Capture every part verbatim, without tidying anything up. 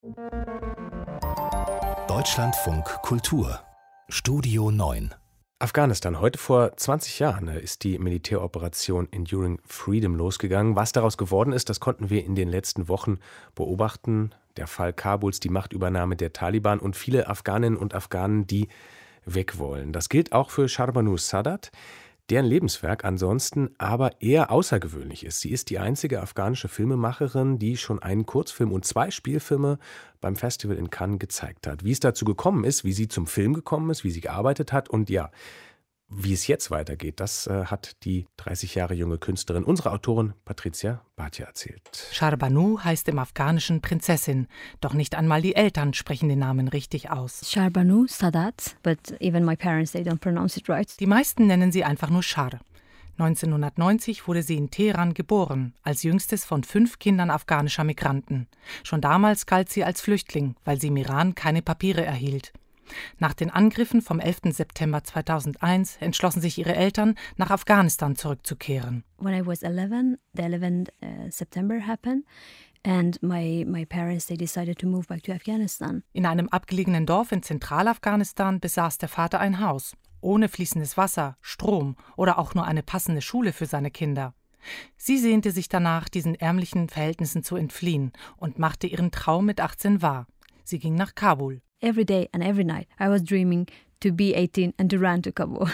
Deutschlandfunk Kultur Studio neun. Afghanistan. Heute vor zwanzig Jahren ist die Militäroperation Enduring Freedom losgegangen. Was daraus geworden ist, das konnten wir in den letzten Wochen beobachten. Der Fall Kabuls, die Machtübernahme der Taliban und viele Afghaninnen und Afghanen, die weg wollen. Das gilt auch für Shahrbanu Sadat, deren Lebenswerk ansonsten aber eher außergewöhnlich ist. Sie ist die einzige afghanische Filmemacherin, die schon einen Kurzfilm und zwei Spielfilme beim Festival in Cannes gezeigt hat. Wie es dazu gekommen ist, wie sie zum Film gekommen ist, wie sie gearbeitet hat und ja, wie es jetzt weitergeht, das äh, hat die dreißig Jahre junge Künstlerin, unsere Autorin Patricia Bhatia erzählt. Shahrbanu heißt im Afghanischen Prinzessin, doch nicht einmal die Eltern sprechen den Namen richtig aus. Shahrbanu Sadat, but even my parents, they don't pronounce it right. Die meisten nennen sie einfach nur Shar. neunzehnhundertneunzig wurde sie in Teheran geboren, als jüngstes von fünf Kindern afghanischer Migranten. Schon damals galt sie als Flüchtling, weil sie im Iran keine Papiere erhielt. Nach den Angriffen vom elften September zweitausendeins entschlossen sich ihre Eltern, nach Afghanistan zurückzukehren. When I was eleven, the eleventh uh, September happened. And my, my parents, they decided to move back to Afghanistan. In einem abgelegenen Dorf in Zentralafghanistan besaß der Vater ein Haus, ohne fließendes Wasser, Strom oder auch nur eine passende Schule für seine Kinder. Sie sehnte sich danach, diesen ärmlichen Verhältnissen zu entfliehen und machte ihren Traum mit achtzehn wahr. Sie ging nach Kabul. Every day and every night I was dreaming to be eighteen and to run to Kabul.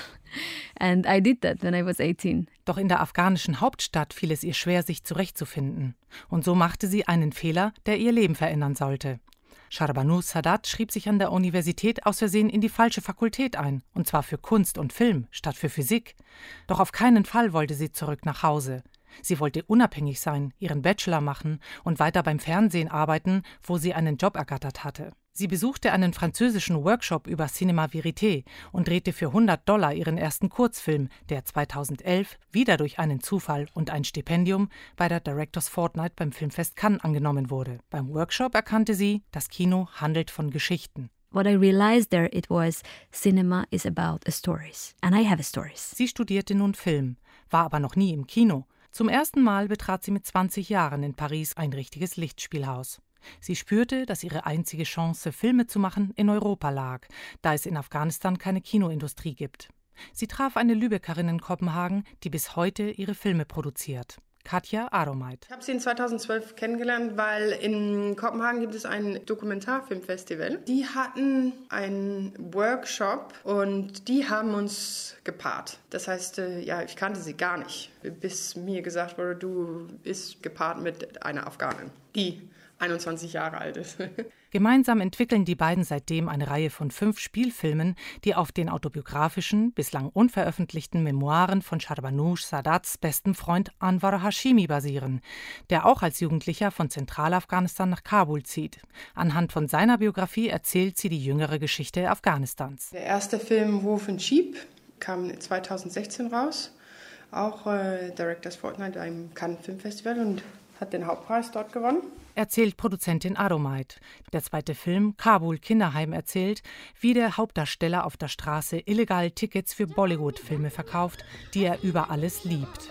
And I did that when I was eighteen. Doch in der afghanischen Hauptstadt fiel es ihr schwer, sich zurechtzufinden. Und so machte sie einen Fehler, der ihr Leben verändern sollte. Shahrbanu Sadat schrieb sich an der Universität aus Versehen in die falsche Fakultät ein, und zwar für Kunst und Film statt für Physik. Doch auf keinen Fall wollte sie zurück nach Hause. Sie wollte unabhängig sein, ihren Bachelor machen und weiter beim Fernsehen arbeiten, wo sie einen Job ergattert hatte. Sie besuchte einen französischen Workshop über Cinéma Vérité und drehte für hundert Dollar ihren ersten Kurzfilm, der zweitausendelf wieder durch einen Zufall und ein Stipendium bei der Directors Fortnight beim Filmfest Cannes angenommen wurde. Beim Workshop erkannte sie, das Kino handelt von Geschichten. What I realized there, it was cinema is about stories. And I have stories. Sie studierte nun Film, war aber noch nie im Kino. Zum ersten Mal betrat sie mit zwanzig Jahren in Paris ein richtiges Lichtspielhaus. Sie spürte, dass ihre einzige Chance, Filme zu machen, in Europa lag, da es in Afghanistan keine Kinoindustrie gibt. Sie traf eine Lübeckerin in Kopenhagen, die bis heute ihre Filme produziert. Katja Aromeit. Ich habe sie in zweitausendzwölf kennengelernt, weil in Kopenhagen gibt es ein Dokumentarfilmfestival. Die hatten einen Workshop und die haben uns gepaart. Das heißt, ja, ich kannte sie gar nicht, bis mir gesagt wurde, du bist gepaart mit einer Afghanin, die einundzwanzig Jahre alt ist. Gemeinsam entwickeln die beiden seitdem eine Reihe von fünf Spielfilmen, die auf den autobiografischen, bislang unveröffentlichten Memoiren von Shahrbanu Sadats bestem Freund Anwar Hashimi basieren, der auch als Jugendlicher von Zentralafghanistan nach Kabul zieht. Anhand von seiner Biografie erzählt sie die jüngere Geschichte Afghanistans. Der erste Film Wolf and Sheep kam zweitausendsechzehn raus, auch äh, Directors Fortnight beim Cannes Filmfestival und hat den Hauptpreis dort gewonnen. Erzählt Produzentin Aromeit. Der zweite Film, Kabul Kinderheim, erzählt, wie der Hauptdarsteller auf der Straße illegal Tickets für Bollywood-Filme verkauft, die er über alles liebt.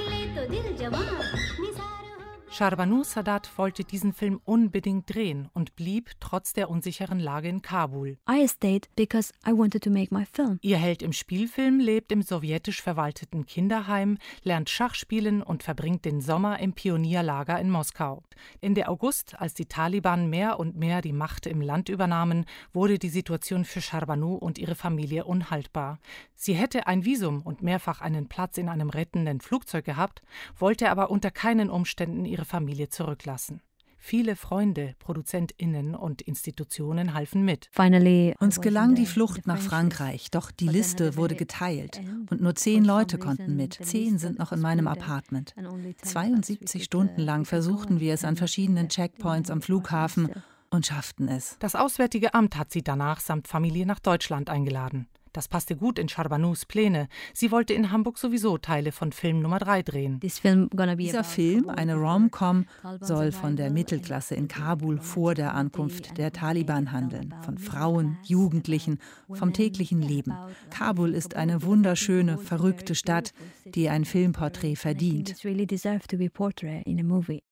Shahrbanu Sadat wollte diesen Film unbedingt drehen und blieb trotz der unsicheren Lage in Kabul. I stayed because I wanted to make my film. Ihr Held im Spielfilm lebt im sowjetisch verwalteten Kinderheim, lernt Schach spielen und verbringt den Sommer im Pionierlager in Moskau. Ende August, als die Taliban mehr und mehr die Macht im Land übernahmen, wurde die Situation für Shahrbanu und ihre Familie unhaltbar. Sie hätte ein Visum und mehrfach einen Platz in einem rettenden Flugzeug gehabt, wollte aber unter keinen Umständen ihre Familie zurücklassen. Viele Freunde, ProduzentInnen und Institutionen halfen mit. Uns gelang die Flucht nach Frankreich, doch die Liste wurde geteilt und nur zehn Leute konnten mit. Zehn sind noch in meinem Apartment. zweiundsiebzig Stunden lang versuchten wir es an verschiedenen Checkpoints am Flughafen und schafften es. Das Auswärtige Amt hat sie danach samt Familie nach Deutschland eingeladen. Das passte gut in Shahrbannus Pläne. Sie wollte in Hamburg sowieso Teile von Film Nummer drei drehen. Dieser Film, eine Rom-Com, soll von der Mittelklasse in Kabul vor der Ankunft der Taliban handeln. Von Frauen, Jugendlichen, vom täglichen Leben. Kabul ist eine wunderschöne, verrückte Stadt, die ein Filmporträt verdient.